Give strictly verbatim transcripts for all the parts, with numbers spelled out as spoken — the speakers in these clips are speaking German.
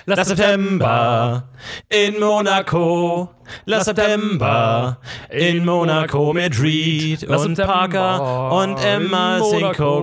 Lass September in Monaco. Lass September in Monaco mit Reed Lass und September Parker und Emma in Cinco Monaco.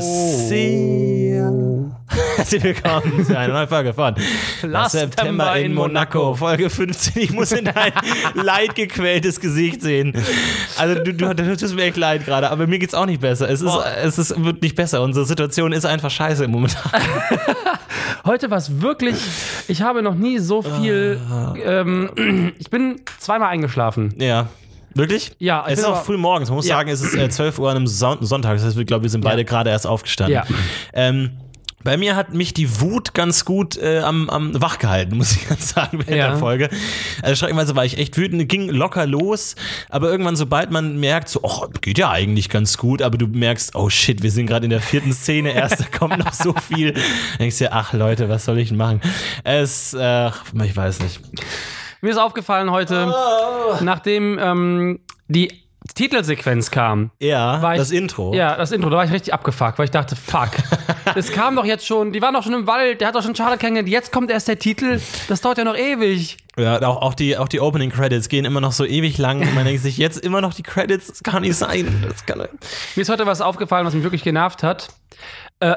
Garcia. Herzlich willkommen zu einer neuen Folge von Lass September in Monaco. Folge fünfzehn. Ich muss in dein leidgequältes Gesicht sehen. Also du, du, du tust mir echt leid gerade, aber mir geht's auch nicht besser. Es, ist, Oh. es ist, wird nicht besser. Unsere Situation ist einfach scheiße im Moment. Heute war es wirklich, ich habe noch nie so viel, ähm, ich bin zweimal eingeschlafen. Ja. Wirklich? Ja, ich es ist bin auch aber- früh morgens. Man muss Ja. sagen, es ist äh, zwölf Uhr an einem Son- Sonntag. Das heißt, wir glaube, wir sind beide Ja. gerade erst aufgestanden. Ja. Ähm, bei mir hat mich die Wut ganz gut äh, am, am wach gehalten, muss ich ganz sagen, während Ja. der Folge. Also schreckenweise war ich echt wütend, ging locker los, aber irgendwann, sobald man merkt, so, oh, geht ja eigentlich ganz gut, aber du merkst, oh shit, wir sind gerade in der vierten Szene, erst da kommt noch so viel. Dann denkst du dir, ach Leute, was soll ich denn machen? Es, äh, ich weiß nicht. Mir ist aufgefallen heute, nachdem ähm, die Titelsequenz kam. Ja, war ich, das Intro. Ja, das Intro, da war ich richtig abgefuckt, weil ich dachte, fuck, das kam doch jetzt schon, die waren doch schon im Wald, der hat doch schon Charlotte kennengelernt, jetzt kommt erst der Titel, das dauert ja noch ewig. Ja, auch, auch, die, auch die Opening Credits gehen immer noch so ewig lang und man denkt sich, jetzt immer noch die Credits, das kann nicht sein. Das kann Mir ist heute was aufgefallen, was mich wirklich genervt hat. Äh,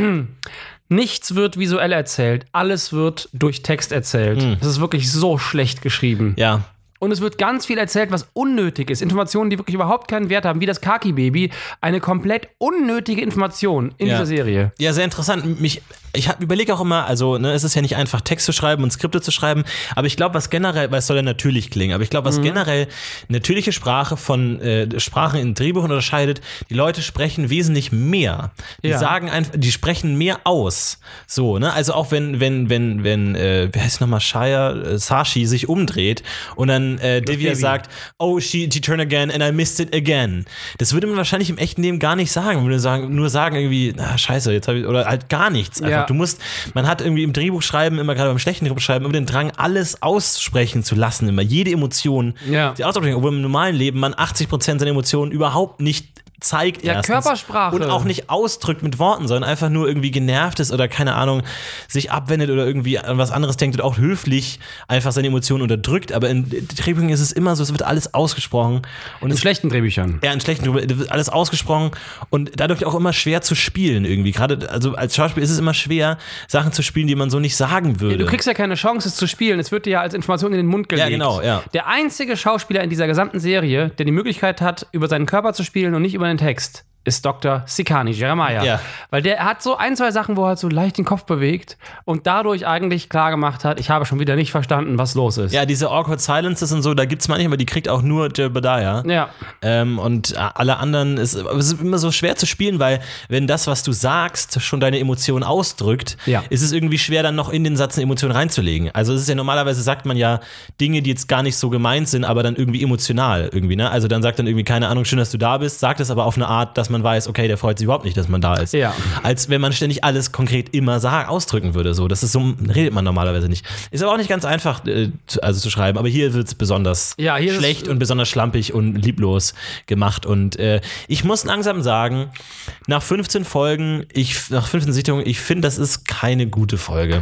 nichts wird visuell erzählt, alles wird durch Text erzählt. Hm. Das ist wirklich so schlecht geschrieben. Ja. Und es wird ganz viel erzählt, was unnötig ist. Informationen, die wirklich überhaupt keinen Wert haben, wie das Kaki-Baby. Eine komplett unnötige Information in Ja. dieser Serie. Ja, sehr interessant. Mich, ich überlege auch immer, also ne, es ist ja nicht einfach Text zu schreiben und Skripte zu schreiben, aber ich glaube, was generell, weil es soll ja natürlich klingen, aber ich glaube, was mhm. generell natürliche Sprache von äh, Sprachen in Drehbüchern unterscheidet, die Leute sprechen wesentlich mehr. Die Ja. sagen einfach, die sprechen mehr aus. So, ne? Also auch wenn, wenn, wenn, wenn, äh, wie heißt nochmal, Shire, äh, Sashi sich umdreht und dann äh, Divya Baby. sagt, oh, she, she turned again and I missed it again. Das würde man wahrscheinlich im echten Leben gar nicht sagen. Man würde sagen, nur sagen irgendwie, na, scheiße, jetzt habe ich, oder halt gar nichts. Einfach. Ja. Du musst, man hat irgendwie im Drehbuchschreiben, immer gerade beim schlechten Drehbuchschreiben, immer den Drang, alles aussprechen zu lassen, immer jede Emotion, Ja. die auszusprechen, obwohl im normalen Leben man achtzig Prozent seiner Emotionen überhaupt nicht zeigt Ja, erstens. Körpersprache. Und auch nicht ausdrückt mit Worten, sondern einfach nur irgendwie genervt ist oder keine Ahnung, sich abwendet oder irgendwie an was anderes denkt und auch höflich einfach seine Emotionen unterdrückt. Aber in Drehbüchern ist es immer so, es wird alles ausgesprochen. Und In es schlechten Drehbüchern. ja, in schlechten Drehbüchern wird alles ausgesprochen und dadurch auch immer schwer zu spielen irgendwie. Gerade, also als Schauspieler ist es immer schwer, Sachen zu spielen, die man so nicht sagen würde. Du kriegst ja keine Chance, es zu spielen. Es wird dir ja als Information in den Mund gelegt. Ja, genau, ja. Der einzige Schauspieler in dieser gesamten Serie, der die Möglichkeit hat, über seinen Körper zu spielen und nicht über den Text, ist Doktor Sikani, Jeremiah. Ja. Weil der hat so ein, zwei Sachen, wo er halt so leicht den Kopf bewegt und dadurch eigentlich klar gemacht hat, ich habe schon wieder nicht verstanden, was los ist. Ja, diese Awkward Silences und so, da gibt's manchmal, die kriegt auch nur Jebediah. Ja. Ähm, und alle anderen, ist, es ist immer so schwer zu spielen, weil wenn das, was du sagst, schon deine Emotionen ausdrückt, Ja. ist es irgendwie schwer, dann noch in den Satz eine Emotion reinzulegen. Also es ist ja normalerweise, sagt man ja Dinge, die jetzt gar nicht so gemeint sind, aber dann irgendwie emotional irgendwie, ne? Also dann sagt dann irgendwie, keine Ahnung, schön, dass du da bist, sagt es aber auf eine Art, dass man weiß, okay, der freut sich überhaupt nicht, dass man da ist. Ja. Als wenn man ständig alles konkret immer sagen, ausdrücken würde. So, das ist so, redet man normalerweise nicht. Ist aber auch nicht ganz einfach, äh, zu, also zu schreiben, aber hier wird es besonders Ja, hier ist schlecht es- und besonders schlampig und lieblos gemacht. Und äh, ich muss langsam sagen, nach fünfzehn Folgen, ich, nach fünfzehn Sichtungen, ich finde, das ist keine gute Folge.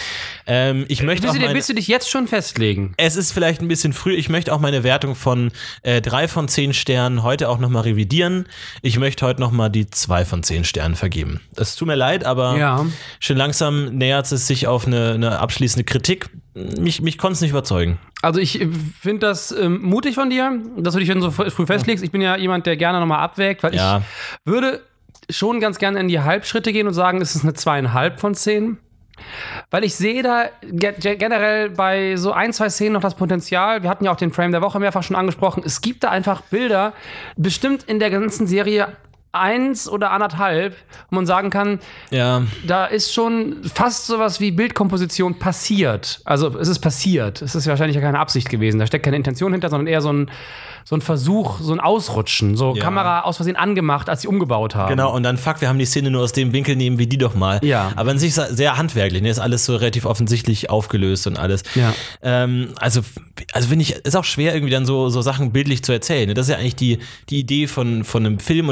Ähm, ich möchte Willst auch du, dir, meine, willst du dich jetzt schon festlegen? es ist vielleicht ein bisschen früh. Ich möchte auch meine Wertung von äh, drei von zehn Sternen heute auch nochmal revidieren. Ich möchte heute nochmal die zwei von zehn Sternen vergeben. Es tut mir leid, aber Ja. schon langsam nähert es sich auf eine, eine abschließende Kritik. Mich, mich konnte es nicht überzeugen. Also ich finde das ähm, mutig von dir, dass du dich schon so früh festlegst. Ich bin ja jemand, der gerne nochmal abwägt, weil Ja. ich würde schon ganz gerne in die Halbschritte gehen und sagen, es ist eine zweieinhalb von zehn. Weil ich sehe da ge- generell bei so ein, zwei Szenen noch das Potenzial. Wir hatten ja auch den Frame der Woche mehrfach schon angesprochen. Es gibt da einfach Bilder, bestimmt in der ganzen Serie eins oder anderthalb, wo man sagen kann, Ja. da ist schon fast sowas wie Bildkomposition passiert. Also es ist passiert. Es ist wahrscheinlich ja keine Absicht gewesen. Da steckt keine Intention hinter, sondern eher so ein, so ein Versuch, so ein Ausrutschen. So Ja. Kamera aus Versehen angemacht, als sie umgebaut haben. Genau, und dann, fuck, wir haben die Szene nur aus dem Winkel, nehmen wir die doch mal. Ja. Aber an sich ist sehr handwerklich, ne? Ist alles so relativ offensichtlich aufgelöst und alles. Ja. Ähm, also, also finde ich, ist auch schwer, irgendwie dann so, so Sachen bildlich zu erzählen. Ne? Das ist ja eigentlich die, die Idee von, von einem Film oder einem Kino,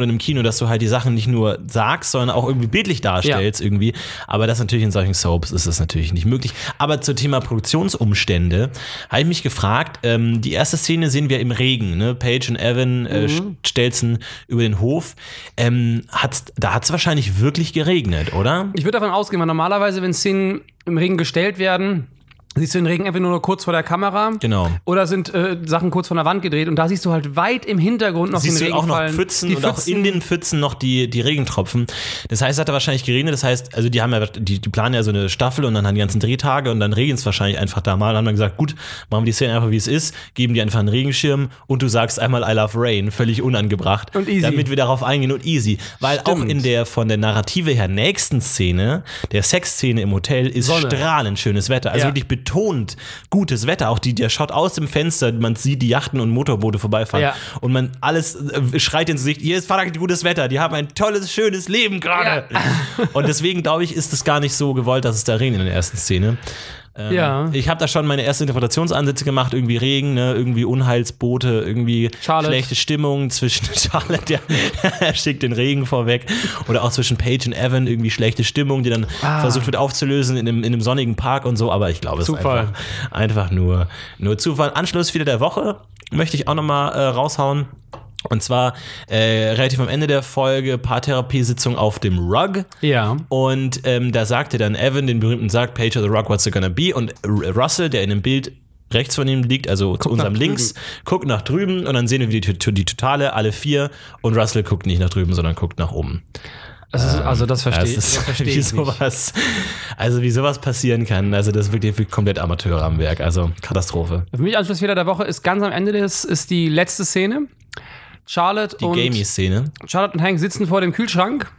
dass du halt die Sachen nicht nur sagst, sondern auch irgendwie bildlich darstellst ja. irgendwie. Aber das natürlich in solchen Soaps ist das natürlich nicht möglich. Aber zum Thema Produktionsumstände habe ich mich gefragt, ähm, die erste Szene sehen wir im Regen, ne? Paige und Evan äh, mhm. stelzen über den Hof. Ähm, hat's, da hat es wahrscheinlich wirklich geregnet, oder? Ich würde davon ausgehen, weil normalerweise, wenn Szenen im Regen gestellt werden, siehst du den Regen einfach nur kurz vor der Kamera. Genau. Oder sind äh, Sachen kurz von der Wand gedreht und da siehst du halt weit im Hintergrund noch siehst den Regen auch noch fallen. Pfützen die und Pfützen. auch in den Pfützen noch die, die Regentropfen. Das heißt, es hat da wahrscheinlich geregnet. Das heißt, also die haben ja, die, die planen ja so eine Staffel und dann haben die ganzen Drehtage und dann regnet es wahrscheinlich einfach da mal. Dann haben wir gesagt, gut, machen wir die Szene einfach wie es ist, geben die einfach einen Regenschirm und du sagst einmal I love rain, völlig unangebracht. Und easy. Damit wir darauf eingehen und easy. Weil Stimmt. auch in der von der Narrative her nächsten Szene, der Sexszene im Hotel, ist Sonne. strahlend schönes Wetter. Also ja. wirklich betont gutes Wetter. Auch die, der schaut aus dem Fenster, man sieht die Yachten und Motorboote vorbeifahren. Ja. Und man alles äh, schreit ins Gesicht, hier ist verdammt gutes Wetter, die haben ein tolles, schönes Leben gerade. Ja. Und deswegen, glaube ich, ist es gar nicht so gewollt, dass es da regnet in der ersten Szene. Ähm, ja. Ich habe da schon meine ersten Interpretationsansätze gemacht, irgendwie Regen, ne, irgendwie Unheilsboote, irgendwie Charlotte. Schlechte Stimmung zwischen Charlotte, der er schickt den Regen vorweg, oder auch zwischen Paige und Evan, irgendwie schlechte Stimmung, die dann ah. versucht wird aufzulösen in einem, in einem sonnigen Park und so, aber ich glaube, es ist einfach, einfach nur, nur Zufall. Anschluss wieder der Woche möchte ich auch nochmal äh, raushauen. Und zwar äh, relativ am Ende der Folge Paartherapiesitzung auf dem Rug. Ja. Und ähm, da sagte dann Evan, den berühmten Sagt, Paige or the Rug, what's it gonna be? Und Russell, der in dem Bild rechts von ihm liegt, also guckt zu unserem links, guckt nach drüben und dann sehen wir die, die, die Totale, alle vier. Und Russell guckt nicht nach drüben, sondern guckt nach oben. Also, also das verstehe das ist, das versteh wie ich sowas, Also wie sowas passieren kann, also das ist wirklich komplett Amateure am Werk, also Katastrophe. Für mich Anschlussfehler der Woche ist ganz am Ende des, ist die letzte Szene. Charlotte die und Gamey-Szene. Charlotte und Hank sitzen vor dem Kühlschrank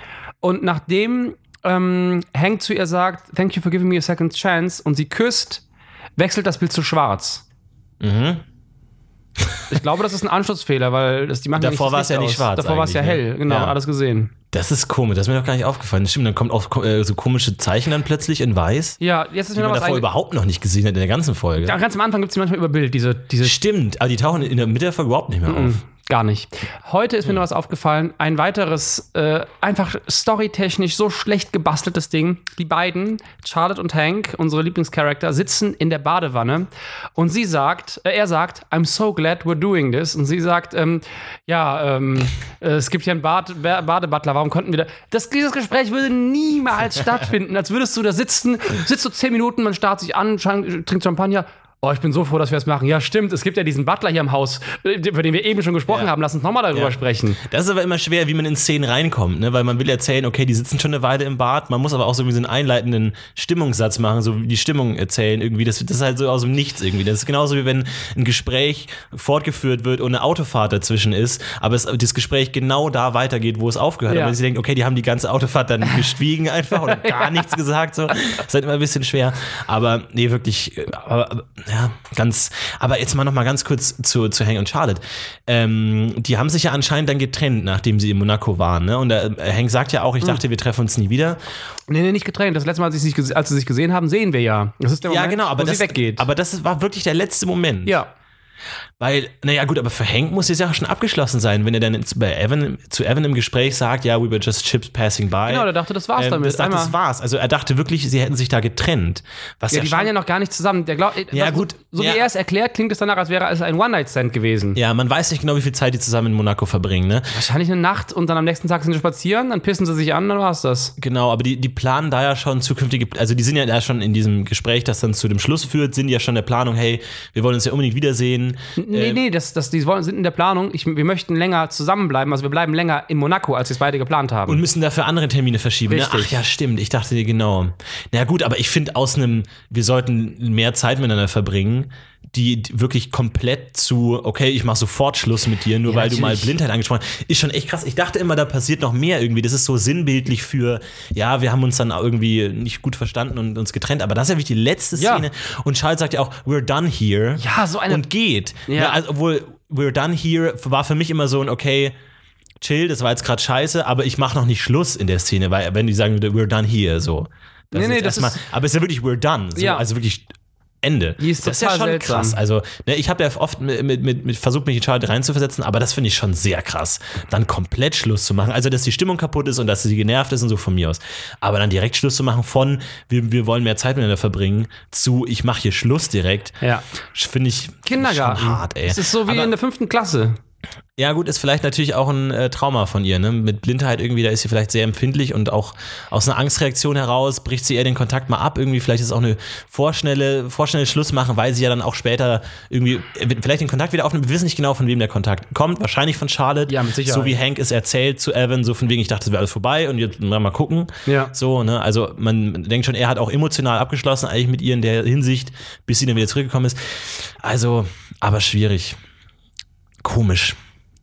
und nachdem ähm, Hank zu ihr sagt, thank you for giving me a second chance und sie küsst, wechselt das Bild zu schwarz. Mhm. Ich glaube, das ist ein Anschlussfehler, weil das, die machen Davor ja war es ja nicht schwarz. Davor war es ja hell, genau, ja. Alles gesehen. Das ist komisch, das ist mir doch gar nicht aufgefallen. Stimmt, dann kommt auch äh, so komische Zeichen dann plötzlich in weiß. Ja, jetzt ist mir die noch man was davor überhaupt noch nicht gesehen hat in der ganzen Folge. Ja, ganz am Anfang gibt es die manchmal über Bild, diese, diese. Stimmt, aber die tauchen in der Mitte der Folge überhaupt nicht mehr Mm-mm. auf. Gar nicht. Heute ist mir noch was aufgefallen. Ein weiteres, äh, einfach storytechnisch so schlecht gebasteltes Ding. Die beiden, Charlotte und Hank, unsere Lieblingscharakter, sitzen in der Badewanne und sie sagt, äh, er sagt, I'm so glad we're doing this. Und sie sagt, ähm, ja, ähm, äh, es gibt hier einen Bad, Badebutler, warum konnten wir da. Das, dieses Gespräch würde niemals stattfinden. Als würdest du da sitzen, sitzt du zehn Minuten, man starrt sich an, trinkt Champagner. Oh, ich bin so froh, dass wir es machen. Ja, stimmt, es gibt ja diesen Butler hier im Haus, über den wir eben schon gesprochen ja. haben. Lass uns nochmal darüber ja. sprechen. Das ist aber immer schwer, wie man in Szenen reinkommt, ne? Weil man will erzählen, okay, die sitzen schon eine Weile im Bad, man muss aber auch so irgendwie so einen einleitenden Stimmungssatz machen, so wie die Stimmung erzählen irgendwie. Das, das ist halt so aus dem Nichts irgendwie. Das ist genauso wie wenn ein Gespräch fortgeführt wird und eine Autofahrt dazwischen ist, aber es, das Gespräch genau da weitergeht, wo es aufgehört hat. Ja. Aber sie denkt, okay, die haben die ganze Autofahrt dann geschwiegen einfach oder gar ja. nichts gesagt. So. Das ist halt immer ein bisschen schwer. Aber nee, wirklich, aber, ja, ganz. Aber jetzt mal noch mal ganz kurz zu, zu Hank und Charlotte. Ähm, die haben sich ja anscheinend dann getrennt, nachdem sie in Monaco waren. Ne? Und äh, Hank sagt ja auch, ich dachte, wir treffen uns nie wieder. Nee, nee, nicht getrennt. Das letzte Mal, als sie sich, als sie sich gesehen haben, sehen wir ja. Das ist der Moment, ja, genau, aber wo das, sie weggeht. Aber das war wirklich der letzte Moment. Ja. Weil, naja gut, aber für Hank muss die Sache schon abgeschlossen sein, wenn er dann bei Evan, zu Evan im Gespräch sagt, ja, we were just ships passing by. Genau, der dachte, das war's ähm, damit. Das dachte, das war's. Also er dachte wirklich, sie hätten sich da getrennt. Was ja, ja die schon, waren ja noch gar nicht zusammen. Der glaub, ja, gut. So, so ja. wie er es erklärt, klingt es danach, als wäre es ein One-Night-Stand gewesen. Ja, man weiß nicht genau, wie viel Zeit die zusammen in Monaco verbringen, ne? Wahrscheinlich eine Nacht und dann am nächsten Tag sind sie spazieren, dann pissen sie sich an, dann war's das. Genau, aber die, die planen da ja schon zukünftige, also die sind ja da schon in diesem Gespräch, das dann zu dem Schluss führt, sind die ja schon der Planung, hey, wir wollen uns ja unbedingt wiedersehen. Nee, ähm, nee, das, das, die wollen, sind in der Planung, ich, wir möchten länger zusammenbleiben, also wir bleiben länger in Monaco, als wir es beide geplant haben. Und müssen dafür andere Termine verschieben. Richtig. Ne? Ach ja, stimmt, ich dachte dir genau. Na gut, aber ich finde aus einem, wir sollten mehr Zeit miteinander verbringen, die wirklich komplett zu, okay, ich mach sofort Schluss mit dir, nur ja, weil natürlich. Du mal Blindheit angesprochen hast, ist schon echt krass. Ich dachte immer, da passiert noch mehr irgendwie. Das ist so sinnbildlich für, ja, wir haben uns dann irgendwie nicht gut verstanden und uns getrennt, aber das ist ja wirklich die letzte Szene. Ja. Und Charles sagt ja auch, we're done here. Ja, so eine. Und geht. Ja. Ja, also, obwohl, we're done here war für mich immer so ein, okay, chill, das war jetzt gerade scheiße, aber ich mach noch nicht Schluss in der Szene, weil wenn die sagen, we're done here, so. Das nee, nee, ist das erstmal, ist aber es ist ja wirklich we're done. So, ja. Also wirklich Ende. Die ist das ist ja total schon seltsam. krass. Also, ne, ich habe ja oft mit, mit, mit, mit versucht, mich in Charlotte reinzuversetzen, aber das finde ich schon sehr krass, dann komplett Schluss zu machen. Also, dass die Stimmung kaputt ist und dass sie genervt ist und so von mir aus. Aber dann direkt Schluss zu machen von, wir, wir wollen mehr Zeit miteinander verbringen, zu, ich mache hier Schluss direkt, Ja. finde ich Kindergarten. schon hart, ey. Es ist so wie aber, in der fünften Klasse. Ja, gut, ist vielleicht natürlich auch ein äh, Trauma von ihr, ne? Mit Blindheit irgendwie, da ist sie vielleicht sehr empfindlich und auch aus einer Angstreaktion heraus bricht sie eher den Kontakt mal ab. Irgendwie, vielleicht ist es auch eine vorschnelle, vorschnelle Schluss machen, weil sie ja dann auch später irgendwie vielleicht den Kontakt wieder aufnimmt. Wir wissen nicht genau, von wem der Kontakt kommt. Wahrscheinlich von Charlotte. Ja, mit Sicherheit. So wie Hank es erzählt zu Evan, so von wegen, ich dachte, es wäre alles vorbei und jetzt mal gucken. Ja. So, ne? Also man denkt schon, er hat auch emotional abgeschlossen, eigentlich mit ihr in der Hinsicht, bis sie dann wieder zurückgekommen ist. Also, aber schwierig. Komisch.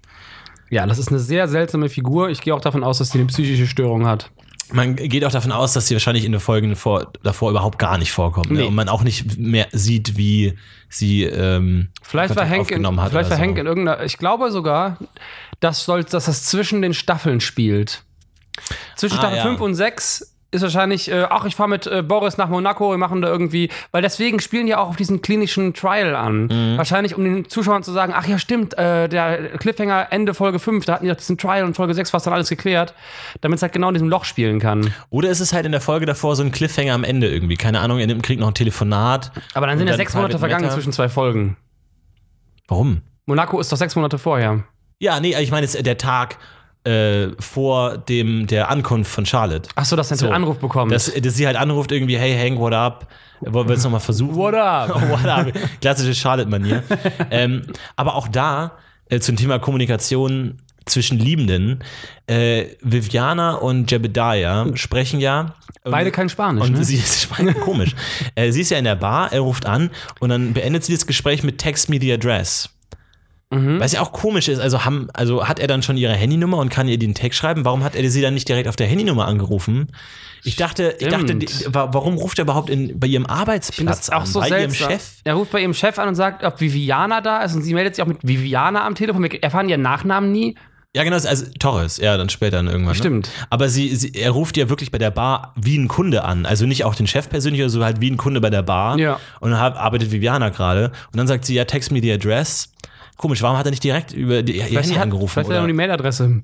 Ja, das ist eine sehr seltsame Figur. Ich gehe auch davon aus, dass sie eine psychische Störung hat. Man geht auch davon aus, dass sie wahrscheinlich in den Folgen vor, davor überhaupt gar nicht vorkommt. Nee. Ne? Und man auch nicht mehr sieht, wie sie ähm, Vielleicht war Kontakt Hank, in, aufgenommen hat. vielleicht war oder Hank so. in irgendeiner. Ich glaube sogar, dass, soll, dass das zwischen den Staffeln spielt. Zwischen Ah, Staffel ja. fünf und sechs ist wahrscheinlich, äh, ach, ich fahre mit äh, Boris nach Monaco, wir machen da irgendwie, weil deswegen spielen die auch auf diesen klinischen Trial an. Mhm. Wahrscheinlich, um den Zuschauern zu sagen, ach ja, stimmt, äh, der Cliffhanger Ende Folge fünf, da hatten die doch diesen Trial und Folge sechs war dann alles geklärt, damit es halt genau in diesem Loch spielen kann. Oder ist es halt in der Folge davor so ein Cliffhanger am Ende irgendwie? Keine Ahnung, er nimmt, kriegt noch ein Telefonat. Aber dann sind Und ja sechs Monate Private vergangen Matter. zwischen zwei Folgen. Warum? Monaco ist doch sechs Monate vorher. Ja, nee, ich meine, es ist der Tag äh, vor dem der Ankunft von Charlotte. Ach so, dass er So. einen Anruf bekommt. Dass, dass sie halt anruft irgendwie, hey Hank, what up? Wollen wir es nochmal versuchen? What up? What up? Klassische Charlotte-Manier. ähm, aber auch da, äh, zum Thema Kommunikation zwischen Liebenden, äh, Viviana und Jebediah sprechen ja. Beide kein Spanisch, Und ne? sie ist komisch. äh, sie ist ja in der Bar, er ruft an und dann beendet sie das Gespräch mit Text me the address. Mhm. Was ja auch komisch ist, also, haben, also hat er dann schon ihre Handynummer und kann ihr den Text schreiben? Warum hat er sie dann nicht direkt auf der Handynummer angerufen? Ich dachte, ich dachte, die, wa- warum ruft er überhaupt in, bei ihrem Arbeitsplatz Das ist auch an? so bei seltsam. ihrem Chef? Er ruft bei ihrem Chef an und sagt, ob Viviana da ist und sie meldet sich auch mit Viviana am Telefon. Wir erfahren ihren Nachnamen nie. Ja, genau, also Torres, ja, dann später dann irgendwann. Stimmt. Ne? Aber sie, sie, er ruft ja wirklich bei der Bar wie ein Kunde an. Also nicht auch den Chef persönlich, sondern so halt wie ein Kunde bei der Bar. Ja. Und dann hat- arbeitet Viviana gerade. Und dann sagt sie, ja, text me the address. Komisch, warum hat er nicht direkt über die, ihr Handy hat, angerufen? vielleicht hat er nur die Mailadresse.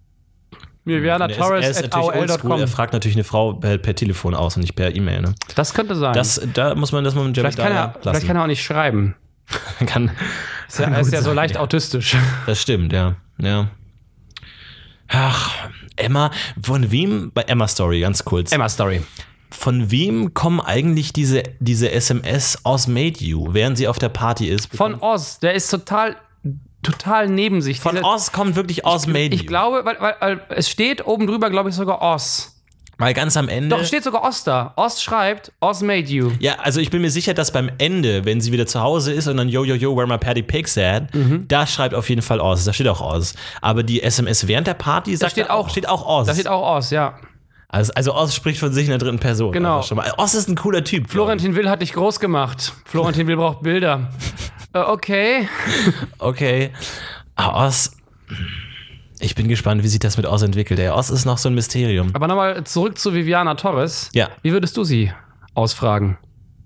Viviana Und er ist- Torres er ist at natürlich A O L Punkt oldschool, com. er fragt natürlich eine Frau per, per Telefon aus und nicht per E-Mail. Ne? Das könnte sein. Das, da muss man das mal mit vielleicht, kann er, Jebediah vielleicht kann er auch nicht schreiben. kann, Ist ja, er ist ja so leicht autistisch. Das stimmt, ja. ja. Ach, Emma, von wem, bei Emma Story, ganz kurz. Emma Story. Von wem kommen eigentlich diese, diese S M S aus Made You, während sie auf der Party ist? Von Oz. Der ist total, total neben sich. Von Diese- Oz kommt wirklich aus Made Ich You. glaube, weil, weil, weil es steht oben drüber, glaube ich, sogar Oz. Weil ganz am Ende. Doch, es steht sogar Oz da. Oz schreibt, Oz made you. Ja, also ich bin mir sicher, dass beim Ende, wenn sie wieder zu Hause ist und dann yo, yo, yo, where my Patty Pigs at, Mhm. da schreibt auf jeden Fall Oz. Da steht auch Oz. Aber die S M S während der Party sagt steht da auch- steht auch Oz. Da steht auch Oz, ja. also, also Oz spricht von sich in der dritten Person. Genau. Also schon mal. Oz ist ein cooler Typ. Florentin Will hat dich groß gemacht. Florentin Will braucht Bilder. äh, okay. Okay. Ah, Oz. Ich bin gespannt, wie sich das mit Oz entwickelt. Der Oz ist noch so ein Mysterium. Aber nochmal zurück zu Viviana Torres. Ja. Wie würdest du sie ausfragen?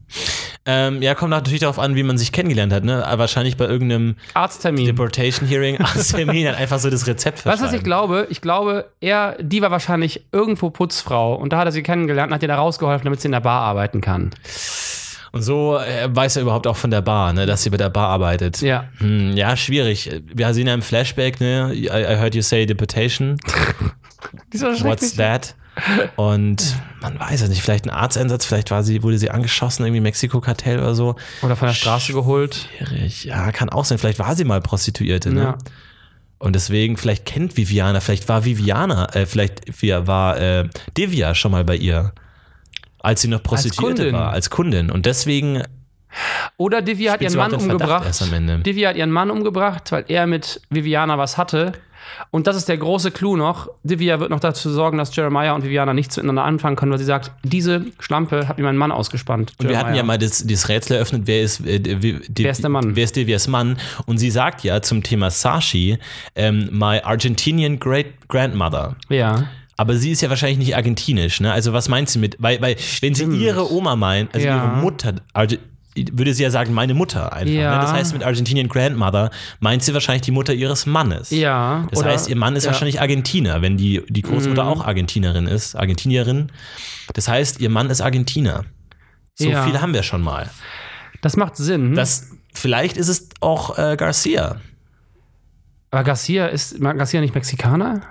Ähm, ja, kommt natürlich darauf an, wie man sich kennengelernt hat. Ne? Aber wahrscheinlich bei irgendeinem Arzttermin. Deportation Hearing, Arzttermin, dann einfach so das Rezept Weißt du, was ich verschreiben. glaube? Ich glaube, er, die war wahrscheinlich irgendwo Putzfrau und da hat er sie kennengelernt und hat ihr da rausgeholfen, damit sie in der Bar arbeiten kann. Und so äh, weiß er überhaupt auch von der Bar, ne, dass sie bei der Bar arbeitet. Ja. Hm, ja, schwierig. Wir sehen ja im Flashback, ne, I, I heard you say deportation. Dieser What's that? Und man weiß es nicht, vielleicht ein Arzteinsatz, vielleicht war sie, wurde sie angeschossen, irgendwie Mexiko-Kartell oder so. Oder von der Straße geholt. Schwierig. Ja, kann auch sein. Vielleicht war sie mal Prostituierte, ne? Ja. Und deswegen, vielleicht kennt Viviana, vielleicht war Viviana, äh, vielleicht war äh, Devia schon mal bei ihr, als sie noch Prostituierte Kundin. war, als Kundin. Und deswegen Oder Divya hat spielt ihren sie auch Mann den Verdacht umgebracht. erst am Ende. Divya hat ihren Mann umgebracht, weil er mit Viviana was hatte. Und das ist der große Clou noch. Divya wird noch dazu sorgen, dass Jeremiah und Viviana nichts miteinander anfangen können, weil sie sagt, diese Schlampe hat mir meinen Mann ausgespannt. Und wir hatten ja mal das, das Rätsel eröffnet, wer ist, äh, die, Wer ist der Mann? Wer ist Devias Mann? Und sie sagt ja zum Thema Sashi, ähm, my Argentinian great grandmother. Ja. Aber sie ist ja wahrscheinlich nicht argentinisch, ne? Also was meint sie mit, weil, weil wenn sie ihre Oma meint, also Ja. ihre Mutter, Arge, würde sie ja sagen, meine Mutter einfach. Ja. Ne? Das heißt, mit Argentinian Grandmother meint sie wahrscheinlich die Mutter ihres Mannes. Ja. Das oder, heißt, ihr Mann ist ja. wahrscheinlich Argentiner, wenn die, die Großmutter Mhm. auch Argentinerin ist, Argentinierin. Das heißt, ihr Mann ist Argentiner. So Ja. viel haben wir schon mal. Das macht Sinn. Das, vielleicht ist es auch äh, Garcia. Aber Garcia ist Garcia nicht Mexikaner?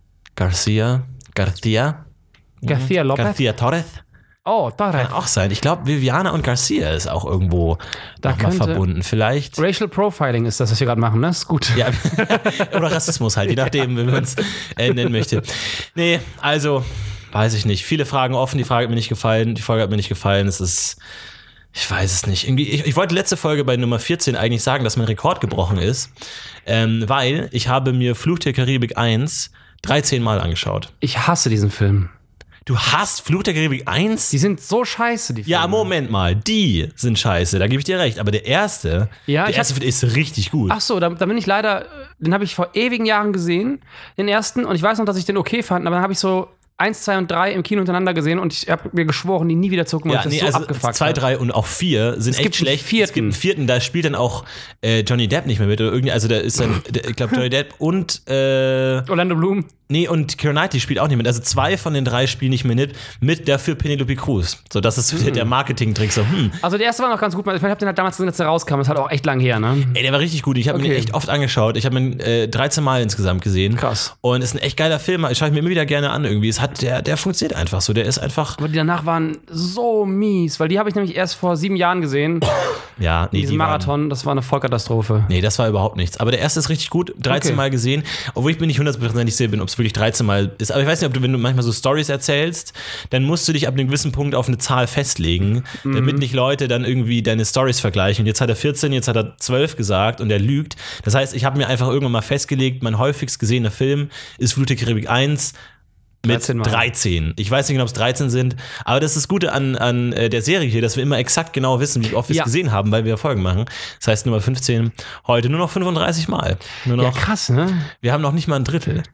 Garcia, Garcia, Garcia Lopez? Garcia Torres. Oh, Torres. Kann auch sein. Ich glaube, Viviana und Garcia ist auch irgendwo Da noch mal könnte- verbunden. Vielleicht. Racial Profiling ist das, was wir gerade machen, ne? Ist gut. Ja, oder Rassismus halt, je nachdem, wie man es äh, nennen möchte. Nee, also, weiß ich nicht. Viele Fragen offen, die Frage hat mir nicht gefallen, die Folge hat mir nicht gefallen. Es ist, ich weiß es nicht. Irgendwie, ich, ich wollte letzte Folge bei Nummer vierzehn eigentlich sagen, dass mein Rekord gebrochen ist, ähm, weil ich habe mir Fluch der Karibik eins dreizehn Mal angeschaut. Ich hasse diesen Film. Du hast Fluch der Karibik eins? Die sind so scheiße, die Filme. Ja, Moment mal, die sind scheiße, da gebe ich dir recht. Aber der erste, Ja, der ich erste ist richtig gut. Ach so, da, da bin ich leider, den habe ich vor ewigen Jahren gesehen, den ersten. Und ich weiß noch, dass ich den okay fand, aber dann habe ich so eins, zwei und drei im Kino hintereinander gesehen und ich habe mir geschworen, die nie wieder zu gucken, weil Ja, ich das nee, so also abgefuckt zwei, habe. drei und auch vier sind Es echt gibt einen schlecht. vierten. Es gibt einen vierten, da spielt dann auch äh, Johnny Depp nicht mehr mit. Oder irgendwie, also da ist dann, der, ich glaube, Johnny Depp und äh, Orlando Bloom. nee, und Keira Knightley spielt auch nicht mit. Also zwei von den drei spielen nicht mehr mit, mit dafür Penelope Cruz. So, das ist Mhm. der Marketing-Trick. So, hm. Also der erste war noch ganz gut. Ich habe den halt damals gesehen, als der rauskam. Das hat auch echt lang her, ne? Ey, der war richtig gut. Ich habe mir Okay. den echt oft angeschaut. Ich habe ihn äh, dreizehn Mal insgesamt gesehen. Krass. Und ist ein echt geiler Film. Ich schaue ich mir immer wieder gerne an irgendwie. Es hat, der, der funktioniert einfach so. Der ist einfach, Aber die danach waren so mies, weil die habe ich nämlich erst vor sieben Jahren gesehen. ja, nee, Diesen die waren- Marathon, das war eine Vollkatastrophe. Nee, das war überhaupt nichts. Aber der erste ist richtig gut. dreizehn Okay. Mal gesehen. Obwohl ich mir nicht hundertprozentig sicher bin, ob es wirklich dreizehn Mal ist. Aber ich weiß nicht, ob du, wenn du manchmal so Stories erzählst, dann musst du dich ab einem gewissen Punkt auf eine Zahl festlegen, Mhm. damit nicht Leute dann irgendwie deine Stories vergleichen. Und jetzt hat er vierzehn, jetzt hat er zwölf gesagt und er lügt. Das heißt, ich habe mir einfach irgendwann mal festgelegt, mein häufigst gesehener Film ist Fluch der Karibik eins. Mit dreizehn Mal. dreizehn. Ich weiß nicht genau, ob es dreizehn sind, aber das ist das Gute an, an äh, der Serie hier, dass wir immer exakt genau wissen, wie oft wir es Ja. gesehen haben, weil wir Folgen machen. Das heißt Nummer fünfzehn, heute nur noch fünfunddreißig Mal. Nur noch, Ja, krass, ne? wir haben noch nicht mal ein Drittel.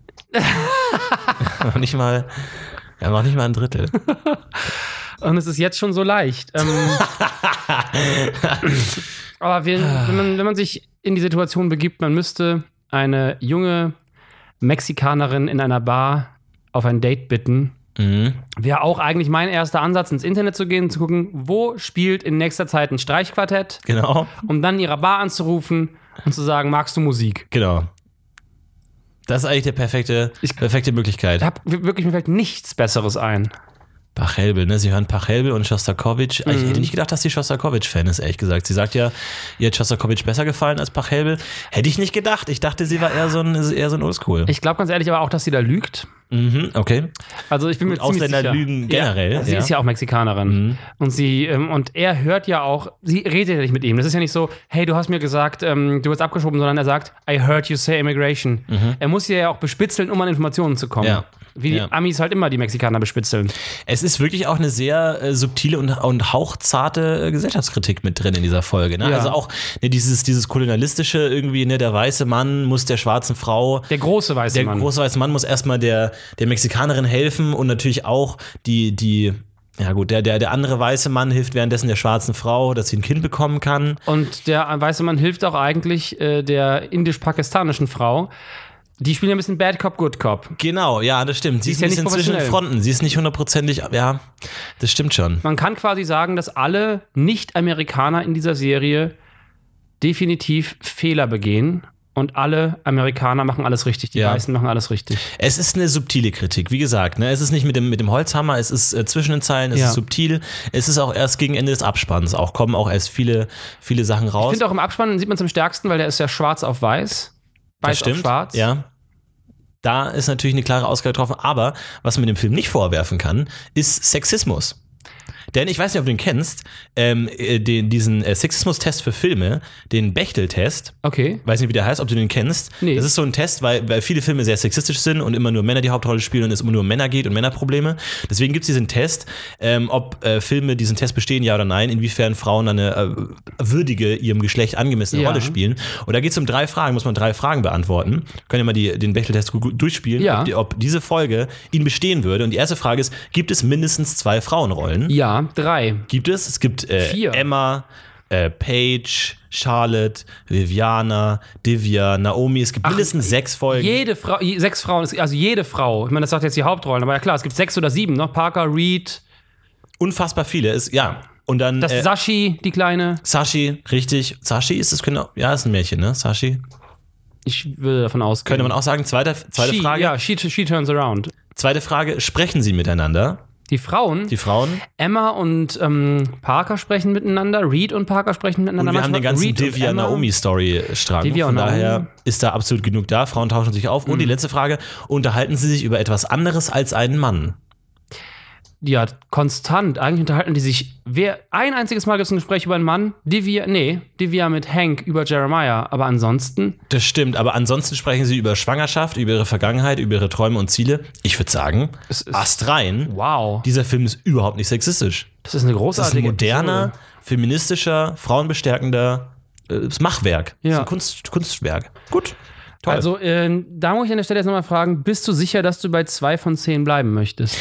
noch nicht mal, wir haben noch nicht mal ein Drittel. Und es ist jetzt schon so leicht. Ähm, aber wenn, wenn, man, wenn man sich in die Situation begibt, man müsste eine junge Mexikanerin in einer Bar auf ein Date bitten, Mhm. wäre auch eigentlich mein erster Ansatz, ins Internet zu gehen, zu gucken, wo spielt in nächster Zeit ein Streichquartett, Genau, um dann in ihrer Bar anzurufen und zu sagen, magst du Musik? genau. Das ist eigentlich die perfekte, Ich- perfekte Möglichkeit. Ich hab wirklich, mir fällt nichts Besseres ein. Pachelbel, ne? Sie hören Pachelbel und Shostakovich. Mhm. Ich hätte nicht gedacht, dass sie Shostakovich-Fan ist, ehrlich gesagt. Sie sagt ja, ihr hat Shostakovich besser gefallen als Pachelbel. Hätte ich nicht gedacht. Ich dachte, sie war eher so ein, eher so ein Oldschool. Ich glaube ganz ehrlich aber auch, dass sie da lügt. Mhm, okay. Also ich bin mir Und ziemlich Ausländer sicher. lügen generell, Ja, sie ja. ist ja auch Mexikanerin. Mhm. Und sie ähm, und er hört ja auch, sie redet ja nicht mit ihm. Das ist ja nicht so, hey, du hast mir gesagt, ähm, du wirst abgeschoben, sondern er sagt, I heard you say immigration. Er muss sie ja auch bespitzeln, um an Informationen zu kommen. Mhm. Ja. Wie die Ja. Amis halt immer die Mexikaner bespitzeln. Es ist wirklich auch eine sehr äh, subtile und, und hauchzarte äh, Gesellschaftskritik mit drin in dieser Folge. Ne? Ja. Also auch ne, dieses, dieses kolonialistische irgendwie, ne, der weiße Mann muss der schwarzen Frau Der große weiße Der Mann. große weiße Mann muss erstmal der, der Mexikanerin helfen und natürlich auch die, die ja gut, der, der, der andere weiße Mann hilft währenddessen der schwarzen Frau, dass sie ein Kind bekommen kann. Und der weiße Mann hilft auch eigentlich äh, der indisch-pakistanischen Frau. Die spielen ja ein bisschen Bad Cop, Good Cop. Genau, ja, das stimmt. Sie ist ist ja ein nicht bisschen zwischen den professionell. Fronten. Sie ist nicht hundertprozentig, ja, das stimmt schon. Man kann quasi sagen, dass alle Nicht-Amerikaner in dieser Serie definitiv Fehler begehen und alle Amerikaner machen alles richtig. Die Ja. Weißen machen alles richtig. Es ist eine subtile Kritik, wie gesagt. Ne? Es ist nicht mit dem, mit dem Holzhammer, es ist äh, zwischen den Zeilen, es Ja. ist subtil. Es ist auch erst gegen Ende des Abspanns. Auch kommen auch erst viele, viele Sachen Ich raus. finde auch im Abspann sieht man es am stärksten, weil der ist ja schwarz auf weiß. Das Weiß stimmt. auf schwarz. Ja. Da ist natürlich eine klare Ausgabe getroffen. Aber was man dem Film nicht vorwerfen kann, ist Sexismus. Denn ich weiß nicht, ob du den kennst, ähm, äh, den, diesen äh, Sexismus-Test für Filme, den Bechtel-Test. Okay. Weiß nicht, wie der heißt, ob du den kennst. Nee. Das ist so ein Test, weil, weil viele Filme sehr sexistisch sind und immer nur Männer die Hauptrolle spielen und es immer nur um Männer geht und Männerprobleme. Deswegen gibt es diesen Test, ähm, ob äh, Filme diesen Test bestehen, ja oder nein, inwiefern Frauen eine äh, würdige, ihrem Geschlecht angemessene Ja. Rolle spielen. Und da geht es um drei Fragen, muss man drei Fragen beantworten. Können ja mal die, den Bechtel-Test gut, gut durchspielen, Ja. ob, die, ob diese Folge ihn bestehen würde. Und die erste Frage ist, gibt es mindestens zwei Frauenrollen? Ja, drei. Gibt es. Es gibt äh, Vier. Emma, äh, Paige, Charlotte, Viviana, Divya, Naomi. Es gibt Ach, mindestens sechs Folgen. Jede Frau, je- sechs Frauen, also jede Frau. Ich meine, das sagt jetzt die Hauptrollen, aber ja klar, es gibt sechs oder sieben, noch Parker, Reed, Unfassbar viele. Ist, ja. Und dann das äh, Sashi, die Kleine. Sashi, richtig. Sashi ist es genau. Ja, ist ein Mädchen, ne? Sashi. Ich würde davon ausgehen. Könnte man auch sagen. Zweite, zweite she, Frage. Ja, she, she turns around. Zweite Frage. Sprechen sie miteinander? Die Frauen, Die Frauen? Emma und ähm, Parker sprechen miteinander, Reed und Parker sprechen miteinander. Und wir haben den ganzen Reed und Emma. Divya-Naomi-Story-Strang. Divya Von und Naomi. daher ist da absolut genug da. Frauen tauschen sich auf. Und die letzte Frage. Unterhalten sie sich über etwas anderes als einen Mann? Ja, konstant. Eigentlich unterhalten die sich. Wer, ein einziges Mal gibt es ein Gespräch über einen Mann. Divya, nee, Divya mit Hank über Jeremiah. Aber ansonsten. Das stimmt, aber ansonsten sprechen sie über Schwangerschaft, über ihre Vergangenheit, über ihre Träume und Ziele. Ich würde sagen, Es ist- astrein. Wow. Dieser Film ist überhaupt nicht sexistisch. Das ist eine Das ist großartige ein moderner, Episode. feministischer, frauenbestärkender äh, Machwerk. Das ist Ja. ein Kunst, Kunstwerk. Gut. Toll. Also, äh, da muss ich an der Stelle jetzt nochmal fragen: Bist du sicher, dass du bei zwei von zehn bleiben möchtest?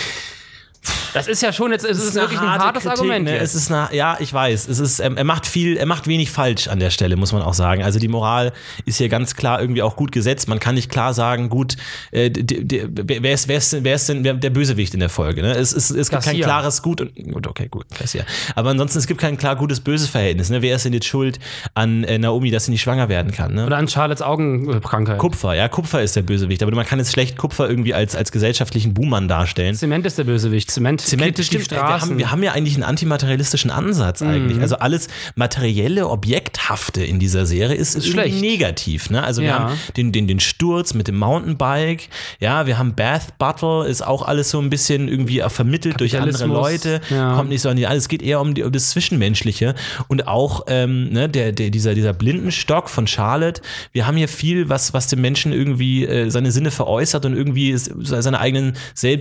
Das ist ja schon jetzt, es ist eine wirklich ein harte hartes Kritik, Argument. Ne? Jetzt. Es ist eine, ja, ich weiß. Es ist, ähm, er macht viel, er macht wenig falsch an der Stelle, muss man auch sagen. Also die Moral ist hier ganz klar irgendwie auch gut gesetzt. Man kann nicht klar sagen, gut, äh, d- d- wer ist, wer ist, denn- wer ist denn wer, der Bösewicht in der Folge? Ne? Es, es, es gibt kein Garcia. klares Gut und gut, okay, gut, Garcia. Aber ansonsten es gibt kein klar gutes böses Verhältnis. Ne? Wer ist denn jetzt schuld an äh, Naomi, dass sie nicht schwanger werden kann? Ne? Oder an Charlottes Augenkrankheit. Kupfer, ja, Kupfer ist der Bösewicht. Aber man kann jetzt schlecht Kupfer irgendwie als als gesellschaftlichen Buhmann darstellen. Zement ist der Bösewicht. Zement, Zement, kittet die stimmt, wir haben, wir haben ja eigentlich einen antimaterialistischen Ansatz eigentlich. Also alles materielle, Objekthafte in dieser Serie ist, ist irgendwie schlecht. negativ. Ne? Also wir Ja. haben den, den, den Sturz mit dem Mountainbike, ja, wir haben Bath Battle, ist auch alles so ein bisschen irgendwie auch vermittelt durch andere Kapitalismus. Leute, Ja. kommt nicht so an die, es geht eher um, die, um das Zwischenmenschliche und auch ähm, ne, der, der, dieser, dieser Blindenstock von Charlotte. Wir haben hier viel, was, was dem Menschen irgendwie äh, seine Sinne veräußert und irgendwie ist, seine eigenen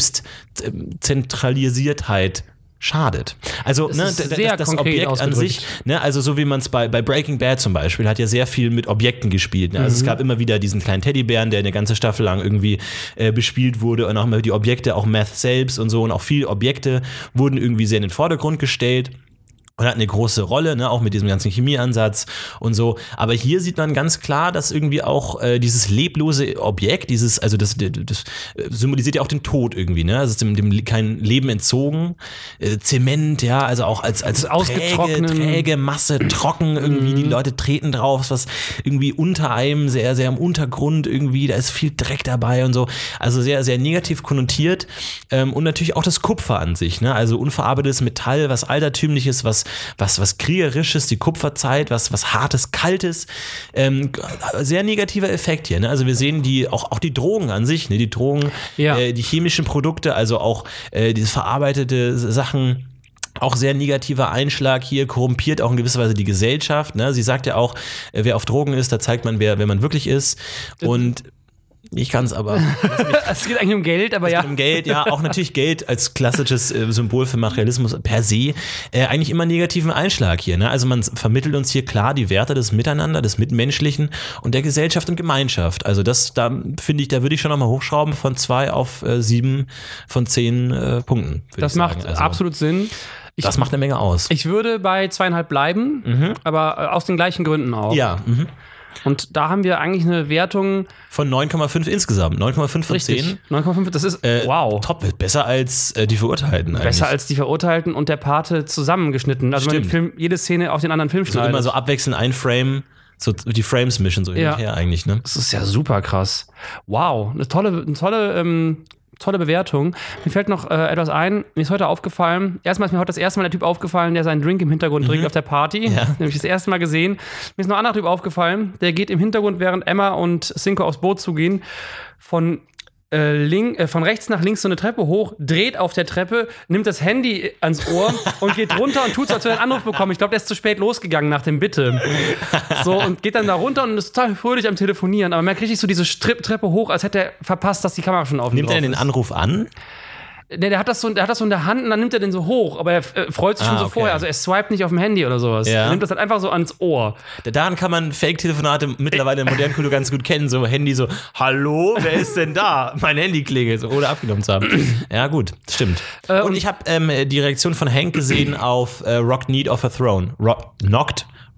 Selbstzentralisiertheit schadet. Also Das ne, ist d- d- sehr das, das konkret Objekt an ausgedrückt. sich, ne, also so wie man es bei, bei Breaking Bad zum Beispiel hat ja sehr viel mit Objekten gespielt. Ne? Also Mhm. es gab immer wieder diesen kleinen Teddybären, der eine ganze Staffel lang irgendwie äh, bespielt wurde und auch immer die Objekte, auch Meth selbst und so und auch viele Objekte wurden irgendwie sehr in den Vordergrund gestellt. Und hat eine große Rolle, ne, auch mit diesem ganzen Chemieansatz und so. Aber hier sieht man ganz klar, dass irgendwie auch äh, dieses leblose Objekt, dieses, also das, das, das symbolisiert ja auch den Tod irgendwie, ne? Also es ist dem, dem kein Leben entzogen. Äh, Zement, ja, also auch als, als träge, ausgetrocknet. träge Masse, trocken irgendwie, die Leute treten drauf, was irgendwie unter einem, sehr, sehr im Untergrund irgendwie, da ist viel Dreck dabei und so. Also sehr, sehr negativ konnotiert. Ähm, und natürlich auch das Kupfer an sich, ne? Also unverarbeitetes Metall, was altertümliches, was was, was kriegerisches, die Kupferzeit, was, was hartes, kaltes, ähm, sehr negativer Effekt hier, ne? Also wir sehen die, auch, auch die Drogen an sich, ne? Die Drogen, Ja. äh, die chemischen Produkte, also auch äh, diese verarbeitete Sachen, auch sehr negativer Einschlag hier, korrumpiert auch in gewisser Weise die Gesellschaft, ne? Sie sagt ja auch, äh, wer auf Drogen ist, da zeigt man, wer, wer man wirklich ist und ich kann es aber. Es geht eigentlich um Geld, aber ja. Um Geld, ja, auch natürlich Geld als klassisches äh, Symbol für Materialismus per se, äh, eigentlich immer negativen Einschlag hier. Ne? Also man vermittelt uns hier klar die Werte des Miteinander, des Mitmenschlichen und der Gesellschaft und Gemeinschaft. Also das, da finde ich, da würde ich schon nochmal hochschrauben von zwei auf äh, sieben von zehn äh, Punkten. Das ich macht sagen. Also, absolut Sinn. Ich, Das macht eine Menge aus. ich würde bei zweieinhalb bleiben, aber äh, aus den gleichen Gründen auch. Ja, mhm. Und da haben wir eigentlich eine Wertung. Von neun Komma fünf insgesamt. neun Komma fünf von Richtig. zehn. neun Komma fünf, das ist Äh, wow. Top, besser als äh, die Verurteilten eigentlich. Besser als die Verurteilten und der Pate zusammengeschnitten. Also man den Stimmt. Film, jede Szene auf den anderen Film so schneidet. immer so abwechselnd ein Frame, so die Frames mischen so hin Ja. und her eigentlich, ne? Das ist ja super krass. Wow, eine tolle, eine tolle, ähm, tolle Bewertung. Mir fällt noch äh, etwas ein. Mir ist heute aufgefallen, erstmal ist mir heute das erste Mal der Typ aufgefallen, der seinen Drink im Hintergrund trinkt auf der Party. Ja. Nämlich das erste Mal gesehen. Mir ist noch ein anderer Typ aufgefallen, der geht im Hintergrund, während Emma und Cinco aufs Boot zugehen, von Äh, link, äh, von rechts nach links so eine Treppe hoch, dreht auf der Treppe, nimmt das Handy ans Ohr und geht runter und tut so, als würde er einen Anruf bekommen. Ich glaube, der ist zu spät losgegangen nach dem Bitte. So, und geht dann da runter und ist total fröhlich am Telefonieren. Aber merkt richtig so diese Strip Treppe hoch, als hätte er verpasst, dass die Kamera schon auf ihm Nimmt er drauf den ist. Anruf an? Der, der, hat das so, der hat das so in der Hand und dann nimmt er den so hoch. Aber er äh, freut sich Ah, schon so okay. vorher. Also er swipet nicht auf dem Handy oder sowas. Ja. Er nimmt das halt einfach so ans Ohr. Daran kann man Fake-Telefonate mittlerweile in modernen Kultur ganz gut kennen. So Handy so, hallo, wer ist denn da? Mein Handy klingelt, so, ohne abgenommen zu haben. Ja gut, stimmt. Äh, und und- ich habe ähm, die Reaktion von Hank gesehen auf äh, Rock Need of a Throne. Rock, knocked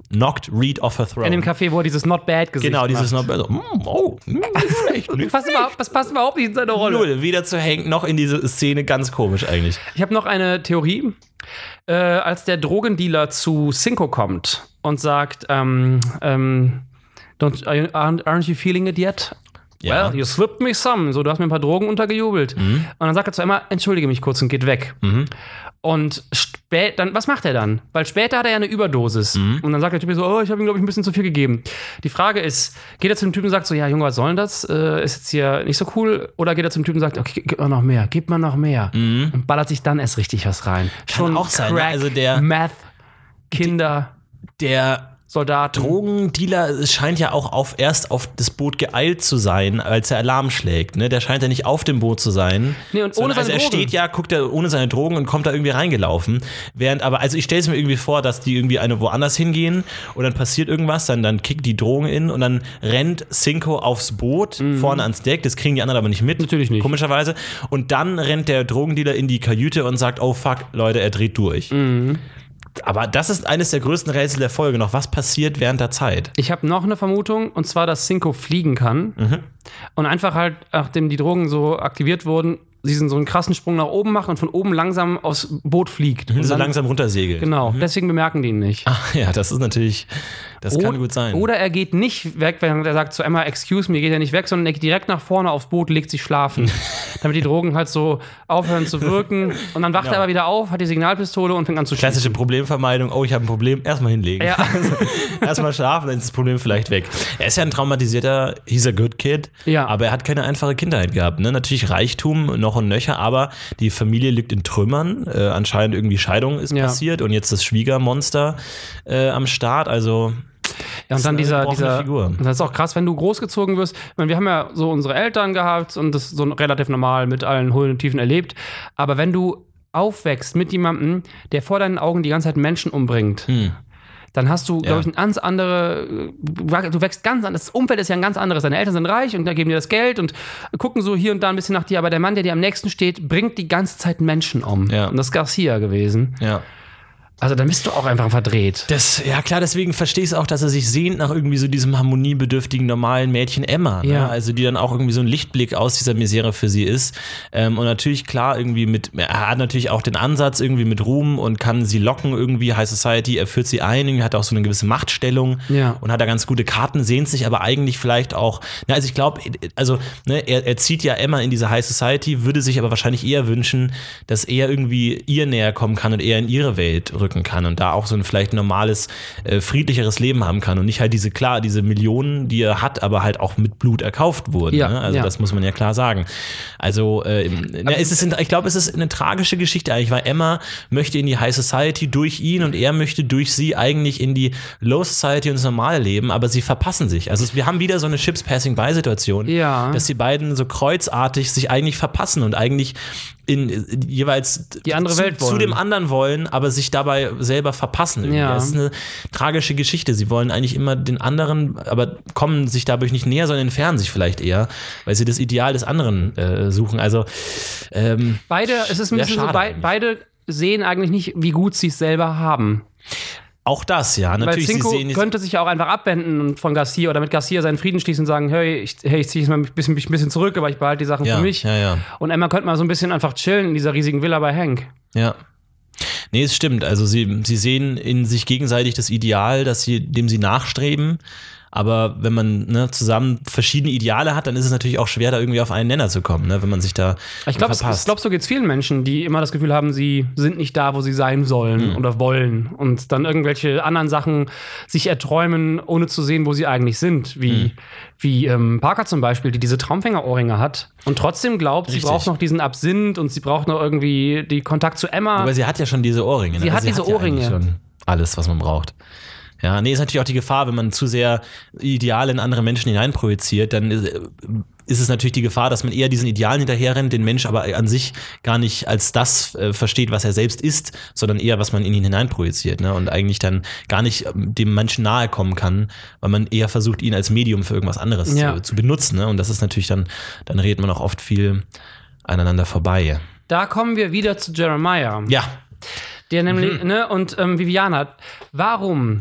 knocked Reed off her throne. In dem Café, wo er dieses Not Bad Gesicht Genau, dieses macht. Not Bad. Mm, oh, nicht schlecht. Nicht Das passt, überhaupt, das passt überhaupt nicht in seine Rolle. Null, weder zu Hank noch in diese Szene, ganz komisch eigentlich. Ich habe noch eine Theorie. Äh, als der Drogendealer zu Cinco kommt und sagt, ähm, ähm, Don't, aren't, aren't you feeling it yet? Ja. Well, you slipped me some. So, du hast mir ein paar Drogen untergejubelt. Mhm. Und dann sagt er zu Emma, entschuldige mich kurz und geht weg. Mhm. Und spä- dann, was macht er dann? Weil später hat er ja eine Überdosis. Mhm. Und dann sagt der Typ so, oh, ich habe ihm, glaube ich, ein bisschen zu viel gegeben. Die Frage ist, geht er zu dem Typen und sagt so, ja, Junge, was soll denn das? Äh, ist jetzt hier nicht so cool. Oder geht er zum Typen und sagt, okay, gib mir noch mehr, gib mir noch mehr. Mhm. Und ballert sich dann erst richtig was rein. Kann Schon auch sein, Crack, also der Meth, Kinder, Der Soldaten. Drogendealer scheint ja auch auf, erst auf das Boot geeilt zu sein, als der Alarm schlägt. Ne? Der scheint ja nicht auf dem Boot zu sein. Nee, und ohne seine also er Drogen. steht ja, guckt er ohne seine Drogen und kommt da irgendwie reingelaufen. Während aber, also ich stelle es mir irgendwie vor, dass die irgendwie eine woanders hingehen und dann passiert irgendwas, dann, dann kickt die Drogen in und dann rennt Cinco aufs Boot, mhm. vorne ans Deck. Das kriegen die anderen aber nicht mit. Natürlich nicht. Komischerweise. Und dann rennt der Drogendealer in die Kajüte und sagt, oh fuck, Leute, er dreht durch. Mhm. Aber das ist eines der größten Rätsel der Folge noch. Was passiert während der Zeit? Ich habe noch eine Vermutung, und zwar, dass Cinco fliegen kann. Mhm. Und einfach halt, nachdem die Drogen so aktiviert wurden, diesen so einen krassen Sprung nach oben macht und von oben langsam aufs Boot fliegt. Mhm, und so dann, langsam runtersegelt. Genau, mhm. deswegen bemerken die ihn nicht. Ach ja, das ist natürlich, das o- kann gut sein. Oder er geht nicht weg, wenn er sagt zu Emma, excuse me, geht er nicht weg, sondern er geht direkt nach vorne aufs Boot, legt sich schlafen. Damit die Drogen halt so aufhören zu wirken. Und dann wacht genau. er aber wieder auf, hat die Signalpistole und fängt an zu schießen. Klassische Problemvermeidung. Oh, ich habe ein Problem. Erstmal hinlegen. Ja. Also, erstmal schlafen, dann ist das Problem vielleicht weg. Er ist ja ein traumatisierter, he's a good kid. Ja. Aber er hat keine einfache Kindheit gehabt. Ne? Natürlich Reichtum noch und nöcher, aber die Familie liegt in Trümmern. Äh, anscheinend irgendwie Scheidung ist ja. passiert und jetzt das Schwiegermonster äh, am Start. Also Ja, und dann dieser, dieser Figur. Und das ist auch krass, wenn du großgezogen wirst. Ich meine, wir haben ja so unsere Eltern gehabt und das so relativ normal mit allen Höhen und Tiefen erlebt. Aber wenn du aufwächst mit jemandem, der vor deinen Augen die ganze Zeit Menschen umbringt, hm. dann hast du, glaube ja. ich, ein ganz andere, du wächst ganz anders, das Umfeld ist ja ein ganz anderes. Deine Eltern sind reich und da geben dir das Geld und gucken so hier und da ein bisschen nach dir, aber der Mann, der dir am nächsten steht, bringt die ganze Zeit Menschen um. Ja. Und das ist Garcia gewesen. Ja. Also dann bist du auch einfach verdreht. Das, ja klar, deswegen verstehe ich es auch, dass er sich sehnt nach irgendwie so diesem harmoniebedürftigen, normalen Mädchen Emma. Ne? Ja. Also die dann auch irgendwie so ein Lichtblick aus dieser Misere für sie ist. Ähm, und natürlich, klar, irgendwie mit, er hat natürlich auch den Ansatz irgendwie mit Ruhm und kann sie locken irgendwie, High Society, er führt sie ein, irgendwie hat auch so eine gewisse Machtstellung ja. und hat da ganz gute Karten, sehnt sich aber eigentlich vielleicht auch, na, also ich glaube, also ne, er, er zieht ja Emma in diese High Society, würde sich aber wahrscheinlich eher wünschen, dass er irgendwie ihr näher kommen kann und eher in ihre Welt rücken kann und da auch so ein vielleicht normales, äh, friedlicheres Leben haben kann und nicht halt diese, klar, diese Millionen, die er hat, aber halt auch mit Blut erkauft wurden. Ja, ne? Also ja. das muss man ja klar sagen. Also äh, na, ist es in, ich glaube, es ist eine tragische Geschichte eigentlich, weil Emma möchte in die High Society durch ihn und er möchte durch sie eigentlich in die Low Society und das normale Leben, aber sie verpassen sich. Also wir haben wieder so eine Chips-Passing-by-Situation, ja. dass die beiden so kreuzartig sich eigentlich verpassen und eigentlich in, in jeweils die andere zu, Welt zu dem anderen wollen, aber sich dabei selber verpassen. Irgendwie. Ja. Das ist eine tragische Geschichte. Sie wollen eigentlich immer den anderen, aber kommen sich dadurch nicht näher, sondern entfernen sich vielleicht eher, weil sie das Ideal des anderen äh, suchen. Also ähm, beide, es ist ein bisschen so, be- beide sehen eigentlich nicht, wie gut sie es selber haben. Auch das, ja. Natürlich, Weil Cinco sie sehen könnte sich ja auch einfach abwenden und von Garcia oder mit Garcia seinen Frieden schließen und sagen, hey, ich, hey, ich ziehe jetzt mal ein bisschen, mich ein bisschen zurück, aber ich behalte die Sachen ja, für mich. Ja, ja. Und Emma könnte mal so ein bisschen einfach chillen in dieser riesigen Villa bei Hank. Ja. Nee, es stimmt. Also sie, sie sehen in sich gegenseitig das Ideal, das sie, dem sie nachstreben. Aber wenn man ne, zusammen verschiedene Ideale hat, dann ist es natürlich auch schwer, da irgendwie auf einen Nenner zu kommen, ne, wenn man sich da ich glaub, verpasst. Ich glaube, so geht es vielen Menschen, die immer das Gefühl haben, sie sind nicht da, wo sie sein sollen mhm. oder wollen. Und dann irgendwelche anderen Sachen sich erträumen, ohne zu sehen, wo sie eigentlich sind. Wie, mhm. wie ähm, Parker zum Beispiel, die diese Traumfänger-Ohrringe hat und trotzdem glaubt, Richtig. sie braucht noch diesen Absinth und sie braucht noch irgendwie die Kontakt zu Emma. Aber sie hat ja schon diese Ohrringe. Ne? Sie also hat sie diese hat ja Ohrringe. Schon alles, was man braucht. Ja, nee, ist natürlich auch die Gefahr, wenn man zu sehr Ideale in andere Menschen hineinprojiziert, dann ist, ist es natürlich die Gefahr, dass man eher diesen Idealen hinterherrennt, den Mensch aber an sich gar nicht als das äh, versteht, was er selbst ist, sondern eher, was man in ihn hineinprojiziert, ne? Und eigentlich dann gar nicht ähm, dem Menschen nahe kommen kann, weil man eher versucht, ihn als Medium für irgendwas anderes ja. zu, zu benutzen, ne? Und das ist natürlich dann, dann redet man auch oft viel aneinander vorbei. Da kommen wir wieder zu Jeremiah. Ja. Der nämlich, mhm. ne, und ähm, Viviana, warum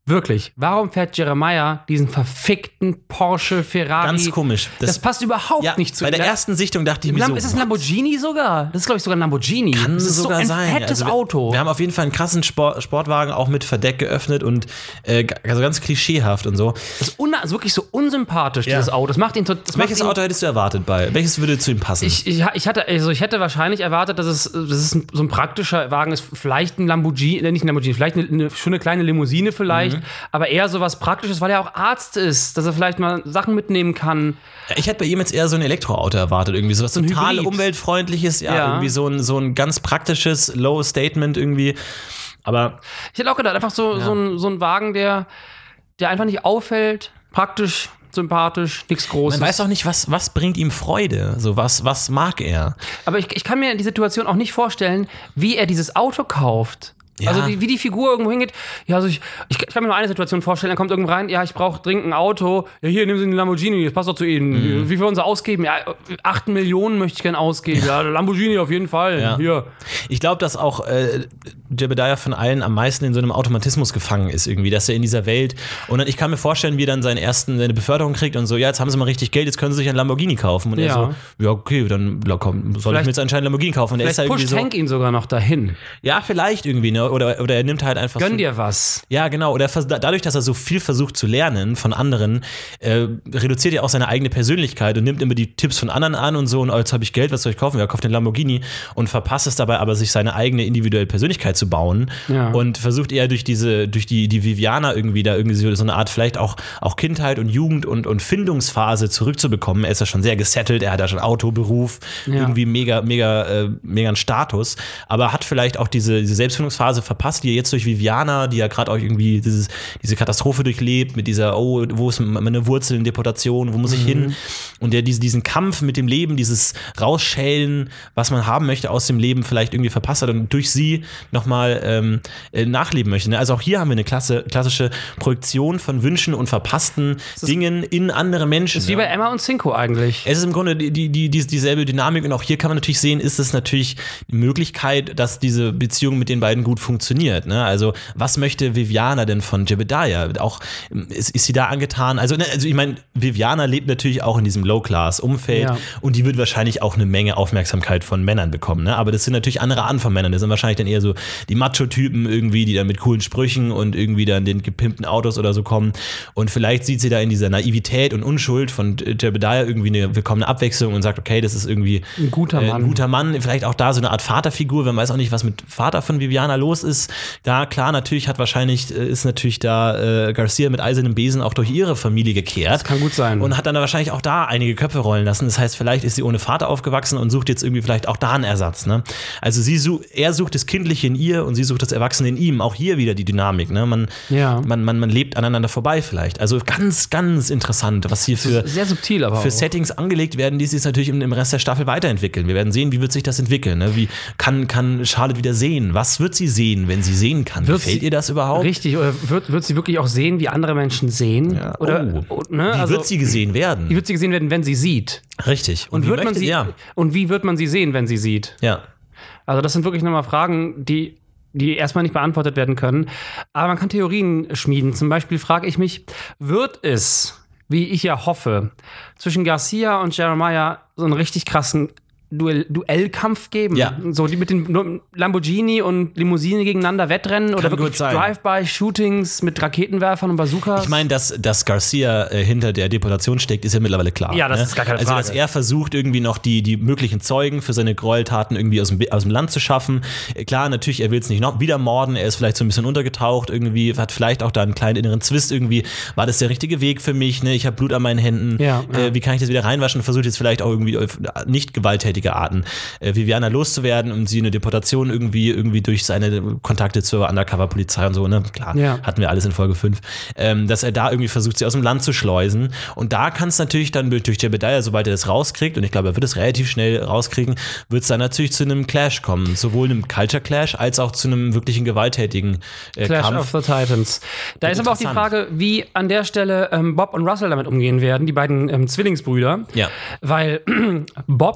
Wirklich, warum fährt Jeremiah diesen verfickten Porsche, Ferrari? Ganz komisch. Das, das passt überhaupt ja, nicht zu Bei der ihm. ersten Sichtung dachte ich mir Lam- so, ist es ein Lamborghini sogar? Das ist, glaube ich, sogar ein Lamborghini. Kann das ist sogar so ein sein. fettes Also wir, Auto. Wir haben auf jeden Fall einen krassen Sport, Sportwagen, auch mit Verdeck geöffnet und äh, also ganz klischeehaft und so. Das ist, un- das ist wirklich so unsympathisch, Ja. dieses Auto. Das macht ihn so. Das Welches macht ihn, Auto hättest du erwartet bei? Welches würde zu ihm passen? Ich, ich, ich, hatte, also ich hätte wahrscheinlich erwartet, dass es, dass es ein, so ein praktischer Wagen ist. Vielleicht ein Lamborghini, äh, nicht ein Lamborghini, vielleicht eine, eine, schon eine kleine Limousine vielleicht. Mhm. Aber eher so was Praktisches, weil er auch Arzt ist, dass er vielleicht mal Sachen mitnehmen kann. Ich hätte bei ihm jetzt eher so ein Elektroauto erwartet, irgendwie so was total Hybrid. umweltfreundliches, ja, Ja. irgendwie so ein, so ein ganz praktisches Low-Statement irgendwie. Aber Ich hätte auch gedacht, einfach so, Ja. so, ein, so ein Wagen, der, der einfach nicht auffällt, praktisch, sympathisch, nichts Großes. man weiß auch nicht, was, was bringt ihm Freude, so was, was mag er. Aber ich, ich kann mir die Situation auch nicht vorstellen, wie er dieses Auto kauft. Ja. Also die, wie die Figur irgendwo hingeht. Ja, also ich, ich kann mir nur eine Situation vorstellen, er kommt irgendwo rein, ja, ich brauche dringend ein Auto. Ja, hier, nehmen Sie einen Lamborghini, das passt doch zu Ihnen. Mhm. Wie viel wollen Sie ausgeben? Ja, acht Millionen möchte ich gerne ausgeben. Ja, Lamborghini auf jeden Fall. Ja. Hier. Ich glaube, dass auch äh, Jebediah von allen am meisten in so einem Automatismus gefangen ist irgendwie, dass er in dieser Welt und dann, ich kann mir vorstellen, wie er dann seinen ersten, seine Beförderung kriegt und so, ja, jetzt haben Sie mal richtig Geld, jetzt können Sie sich ein Lamborghini kaufen und Ja. er so, ja, okay, dann ja, komm, soll Vielleicht- ich mir jetzt anscheinend ein Lamborghini kaufen und er ist Vielleicht halt irgendwie pusht so, Hank ihn sogar noch dahin. ja, vielleicht irgendwie, ne, oder, oder er nimmt halt einfach Gönn so, dir was. ja, genau. Oder vers- dadurch, dass er so viel versucht zu lernen von anderen, äh, reduziert er auch seine eigene Persönlichkeit und nimmt immer die Tipps von anderen an und so. Und oh, jetzt habe ich Geld, was soll ich kaufen? Ja, kauft den Lamborghini und verpasst es dabei aber, sich seine eigene individuelle Persönlichkeit zu bauen. Ja. Und versucht eher durch diese, durch die, die Viviana irgendwie da irgendwie so, so eine Art vielleicht auch, auch Kindheit und Jugend und, und Findungsphase zurückzubekommen. Er ist ja schon sehr gesettelt, er hat ja schon Auto, Beruf, Ja. irgendwie mega, mega, äh, mega einen Status, aber hat vielleicht auch diese, diese Selbstfindungsphase verpasst, die er jetzt durch Viviana, die ja gerade auch irgendwie dieses, diese Katastrophe durchlebt, mit dieser, oh, wo ist meine Wurzeln, Deportation, wo muss ich hin? Und der diese, diesen Kampf mit dem Leben, dieses Rausschälen, was man haben möchte aus dem Leben, vielleicht irgendwie verpasst hat und durch sie nochmal ähm, äh, nachleben möchte. Ne? Also auch hier haben wir eine klasse, klassische Projektion von Wünschen und verpassten Dingen in andere Menschen. Das ist wie bei Emma und Cinco eigentlich. Es ist im Grunde die, die, die, dieselbe Dynamik und auch hier kann man natürlich sehen, ist es natürlich die Möglichkeit, dass diese Beziehung mit den beiden gut funktioniert. Ne? Also was möchte Viviana denn von Jebediah? Auch ist, ist sie da angetan? Also, ne, also ich meine, Viviana lebt natürlich auch in diesem Low-Class-Umfeld Ja. und die wird wahrscheinlich auch eine Menge Aufmerksamkeit von Männern bekommen. Ne? Aber das sind natürlich andere Arten von Männern. Das sind wahrscheinlich dann eher so die Macho-Typen irgendwie, die dann mit coolen Sprüchen und irgendwie dann den gepimpten Autos oder so kommen. Und vielleicht sieht sie da in dieser Naivität und Unschuld von Jebediah irgendwie eine willkommene Abwechslung und sagt, okay, das ist irgendwie Ein guter äh, Mann. ein guter Mann. Vielleicht auch da so eine Art Vaterfigur. Man weiß auch nicht, was mit Vater von Viviana los ist. Da, klar, natürlich hat wahrscheinlich, äh, ist natürlich da äh, Garcia mit eisernem Besen auch durch ihre Familie gekehrt. Das kann gut sein. Und hat dann wahrscheinlich auch da einige Köpfe rollen lassen. Das heißt, vielleicht ist sie ohne Vater aufgewachsen und sucht jetzt irgendwie vielleicht auch da einen Ersatz. Ne? Also sie su- er sucht das Kindliche in ihr und sie sucht das Erwachsene in ihm. Auch hier wieder die Dynamik. Ne? Man, Ja. man, man, man lebt aneinander vorbei vielleicht. Also ganz, ganz interessant, was hier für, Sehr subtil, aber für auch. Settings angelegt werden, die sich natürlich im, im Rest der Staffel weiterentwickeln. Wir werden sehen, wie wird sich das entwickeln. Ne? Wie kann, kann Charlotte wieder sehen? Was wird sie sehen, wenn sie sehen kann? Wird Gefällt sie- ihr das überhaupt? Richtig, oder wird, wird sie wirklich auch sehen, wie andere Menschen sehen? Ja. Oder, Oh. ne? Wie also, wird sie gesehen werden? wie wird sie gesehen werden, wenn sie sieht? Richtig. Und, wie wird man möchte- sie, Ja. und wie wird man sie sehen, wenn sie sieht? ja. Also das sind wirklich nochmal Fragen, die, die erstmal nicht beantwortet werden können. Aber man kann Theorien schmieden. Zum Beispiel frage ich mich, wird es, wie ich ja hoffe, zwischen Garcia und Jeremiah so einen richtig krassen Duell, Duellkampf geben? Ja. So die mit den Lamborghini und Limousine gegeneinander wettrennen oder gut wirklich sein. Drive-by-Shootings mit Raketenwerfern und Bazookas? Ich meine, dass, dass Garcia äh, hinter der Deportation steckt, ist ja mittlerweile klar. Ja, das ne? ist gar keine Also, Frage. dass er versucht, irgendwie noch die, die möglichen Zeugen für seine Gräueltaten irgendwie aus dem, aus dem Land zu schaffen. Äh, Klar, natürlich, er will es nicht noch wieder morden, er ist vielleicht so ein bisschen untergetaucht irgendwie, hat vielleicht auch da einen kleinen inneren Zwist irgendwie. War das der richtige Weg für mich? Ne? Ich habe Blut an meinen Händen. Ja, ja. Äh, wie kann ich das wieder reinwaschen? Versucht jetzt vielleicht auch irgendwie auf nicht gewalttätige Arten äh, Viviana loszuwerden und sie eine Deportation irgendwie, irgendwie durch seine Kontakte zur Undercover-Polizei und so, ne? Klar, Ja. hatten wir alles in Folge fünf, ähm, dass er da irgendwie versucht, sie aus dem Land zu schleusen. Und da kann es natürlich dann durch Jebediah, sobald er das rauskriegt, und ich glaube, er wird es relativ schnell rauskriegen, wird es dann natürlich zu einem Clash kommen. Sowohl einem Culture Clash als auch zu einem wirklichen gewalttätigen äh, Clash Kampf. of the Titans. Da ist aber auch die Interessant. Frage, wie an der Stelle ähm, Bob und Russell damit umgehen werden, die beiden ähm, Zwillingsbrüder. Ja. Weil Bob hat Kann ja Bob mit,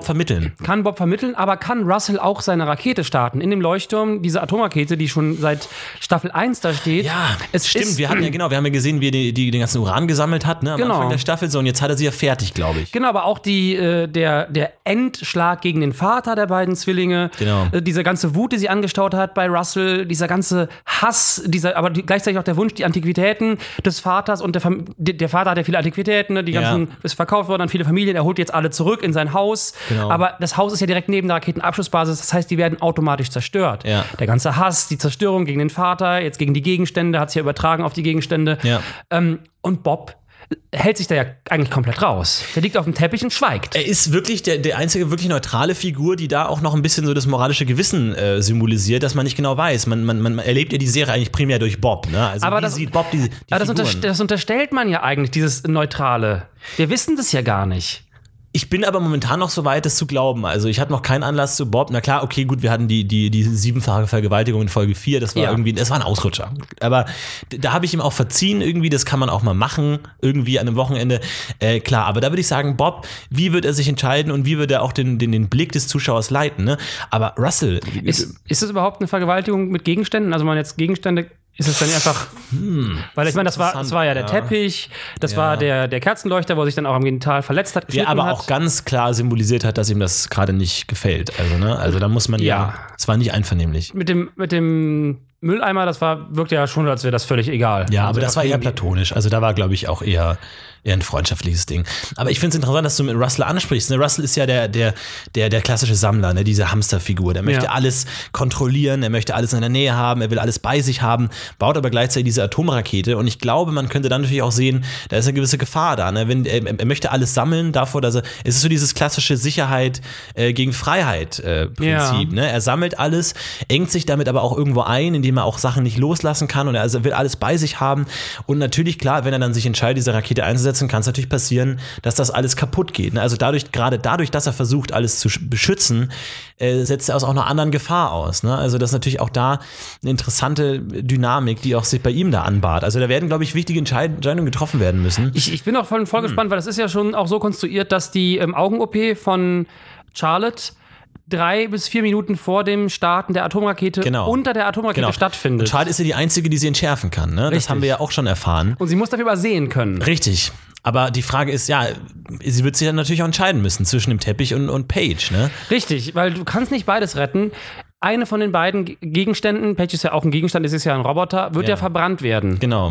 vermitteln. Kann Bob vermitteln, aber kann Russell auch seine Rakete starten? In dem Leuchtturm, diese Atomrakete, die schon seit Staffel eins da steht. Ja, es stimmt. Ist, wir hatten ja, genau, wir haben ja gesehen, wie er die, die, den ganzen Uran gesammelt hat, ne, am genau. Anfang der Staffel. So, und jetzt hat er sie ja fertig, glaube ich. Genau, aber auch die, äh, der, der Endschlag gegen den Vater der beiden Zwillinge. Genau. Äh, diese ganze Wut, die sie angestaut hat bei Russell, dieser ganze Hass, dieser, aber die, gleichzeitig auch der Wunsch, die Antiquitäten des Vaters und der, Fam- der Vater hat ja viele Antiquitäten, ne, die ganzen, Ja. ist verkauft worden an viele Familien, er holt jetzt alle zurück in sein Haus. Genau. Aber das Haus ist ja direkt neben der Raketenabschussbasis, das heißt, die werden automatisch zerstört. Ja. Der ganze Hass, die Zerstörung gegen den Vater, jetzt gegen die Gegenstände, hat sich ja übertragen auf die Gegenstände. Ja. Ähm, und Bob hält sich da ja eigentlich komplett raus. Der liegt auf dem Teppich und schweigt. Er ist wirklich der, der einzige wirklich neutrale Figur, die da auch noch ein bisschen so das moralische Gewissen äh, symbolisiert, dass man nicht genau weiß. Man, man, man erlebt ja die Serie eigentlich primär durch Bob. Ne? Also Aber wie das- sieht Bob die, die Aber das, Figuren? unterst- das unterstellt man ja eigentlich, dieses Neutrale. Wir wissen das ja gar nicht. Ich bin aber momentan noch so weit, das zu glauben. Also ich hatte noch keinen Anlass zu Bob. Na klar, okay, gut, wir hatten die, die, die siebenfache Vergewaltigung in Folge vier. Das war Ja. irgendwie, das war ein Ausrutscher. Aber d- da habe ich ihm auch verziehen irgendwie. Das kann man auch mal machen, irgendwie an einem Wochenende. Äh, klar, aber da würde ich sagen, Bob, wie wird er sich entscheiden und wie wird er auch den, den, den Blick des Zuschauers leiten? Ne? Aber Russell, Ist, ist das überhaupt eine Vergewaltigung mit Gegenständen? Also, wenn man jetzt Gegenstände. Ist es dann einfach. Hm, Weil ich meine, das war, das war ja der ja. Teppich, das Ja. war der, der Kerzenleuchter, wo er sich dann auch am Genital verletzt hat. der geschnitten aber hat. auch ganz klar symbolisiert hat, dass ihm das gerade nicht gefällt. Also, ne? Also da muss man ja, Ja. es war nicht einvernehmlich. Mit dem, mit dem Mülleimer, das war, wirkte ja schon, als wäre das völlig egal. Ja, aber Also das war eher irgendwie- platonisch. Also da war, glaube ich, auch eher, eher ein freundschaftliches Ding. Aber ich finde es interessant, dass du mit Russell ansprichst. Ne? Russell ist ja der, der, der, der klassische Sammler, ne? Diese Hamsterfigur. Der möchte Ja. alles kontrollieren, er möchte alles in der Nähe haben, er will alles bei sich haben, baut aber gleichzeitig diese Atomrakete. Und ich glaube, man könnte dann natürlich auch sehen, da ist eine gewisse Gefahr da. Ne? Wenn, er, er möchte alles sammeln davor, dass er, es ist so dieses klassische Sicherheit äh, gegen Freiheit äh, Prinzip. Ja. Ne? Er sammelt alles, engt sich damit aber auch irgendwo ein, indem er auch Sachen nicht loslassen kann und er also will alles bei sich haben. Und natürlich, klar, wenn er dann sich entscheidet, diese Rakete einzusetzen, kann es natürlich passieren, dass das alles kaputt geht. Ne? Also dadurch, gerade dadurch, dass er versucht, alles zu sch- beschützen, äh, setzt er aus auch einer anderen Gefahr aus. Ne? Also das ist natürlich auch da eine interessante Dynamik, die auch sich bei ihm da anbahnt. Also da werden, glaube ich, wichtige Entscheid- Entscheidungen getroffen werden müssen. Ich, ich bin auch voll, voll gespannt, weil das ist ja schon auch so konstruiert, dass die ähm, Augen-O P von Charlotte drei bis vier Minuten vor dem Starten der Atomrakete Genau. unter der Atomrakete Genau. stattfindet. Und Charlotte ist ja die Einzige, die sie entschärfen kann. Ne? Das Richtig. haben wir ja auch schon erfahren. Und sie muss dafür übersehen können. Richtig. Aber die Frage ist, ja, sie wird sich dann natürlich auch entscheiden müssen zwischen dem Teppich und, und Paige. Ne? Richtig, weil du kannst nicht beides retten. Eine von den beiden Ge- Gegenständen, Paige ist ja auch ein Gegenstand, es ist ja ein Roboter, wird ja, Ja. verbrannt werden. Genau.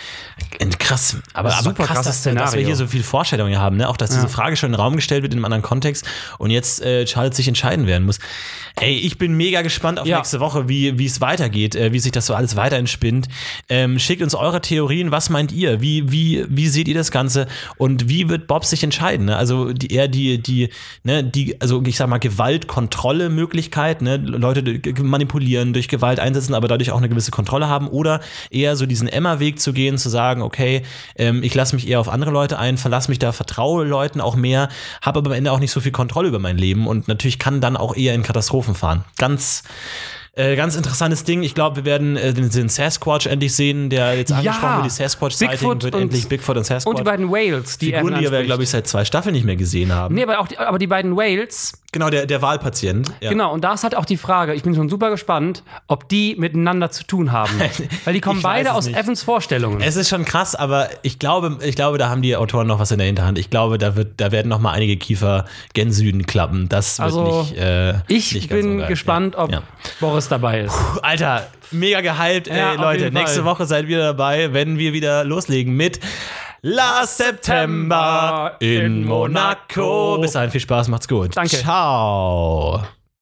Krass, aber, aber Super krass, krasses dass, dass wir Szenario. hier so viel Vorstellungen haben, ne? Auch dass diese Ja. Frage schon in den Raum gestellt wird in einem anderen Kontext und jetzt äh, Charlotte sich entscheiden werden muss. Ey, ich bin mega gespannt auf Ja. nächste Woche, wie wie es weitergeht, äh, wie sich das so alles weiter entspinnt. Ähm, schickt uns eure Theorien, was meint ihr? Wie, wie, wie seht ihr das Ganze und wie wird Bob sich entscheiden? Ne? Also die, eher die, die, ne, die, also ich sag mal, Gewaltkontrolle-Möglichkeit, ne? Leute d- manipulieren, durch Gewalt einsetzen, aber dadurch auch eine gewisse Kontrolle haben oder eher so diesen Emma-Weg zu gehen, zu sagen, okay, ähm, ich lasse mich eher auf andere Leute ein, verlasse mich da, vertraue Leuten auch mehr, habe aber am Ende auch nicht so viel Kontrolle über mein Leben und natürlich kann dann auch eher in Katastrophen fahren. Ganz Äh, ganz interessantes Ding. Ich glaube, wir werden äh, den, den Sasquatch endlich sehen, der jetzt angesprochen wird. Die Sasquatch-Sighting Bigfoot wird und- endlich Bigfoot und Sasquatch. Und die beiden Whales, die Figuren, Evan die wir, anspricht. glaube ich, seit zwei Staffeln nicht mehr gesehen haben. Nee, aber auch die, aber die beiden Whales, Genau, der, der Wahlpatient. Ja. genau, und da ist halt auch die Frage, ich bin schon super gespannt, ob die miteinander zu tun haben. Weil die kommen Ich weiß beide es aus nicht. Evans Vorstellungen. Es ist schon krass, aber ich glaube, ich glaube, da haben die Autoren noch was in der Hinterhand. Ich glaube, da wird, da werden noch mal einige Kiefer gen Süden klappen. Das wird Also, nicht, äh, ich nicht ganz bin so geil. gespannt, Ja. ob Ja. Boris dabei ist. Puh, Alter, mega gehypt. Ja, Ey, auf Leute, jeden Fall. nächste Woche seid ihr dabei, wenn wir wieder loslegen mit Last September in Monaco. Bis dahin, viel Spaß, macht's gut. Danke. Ciao.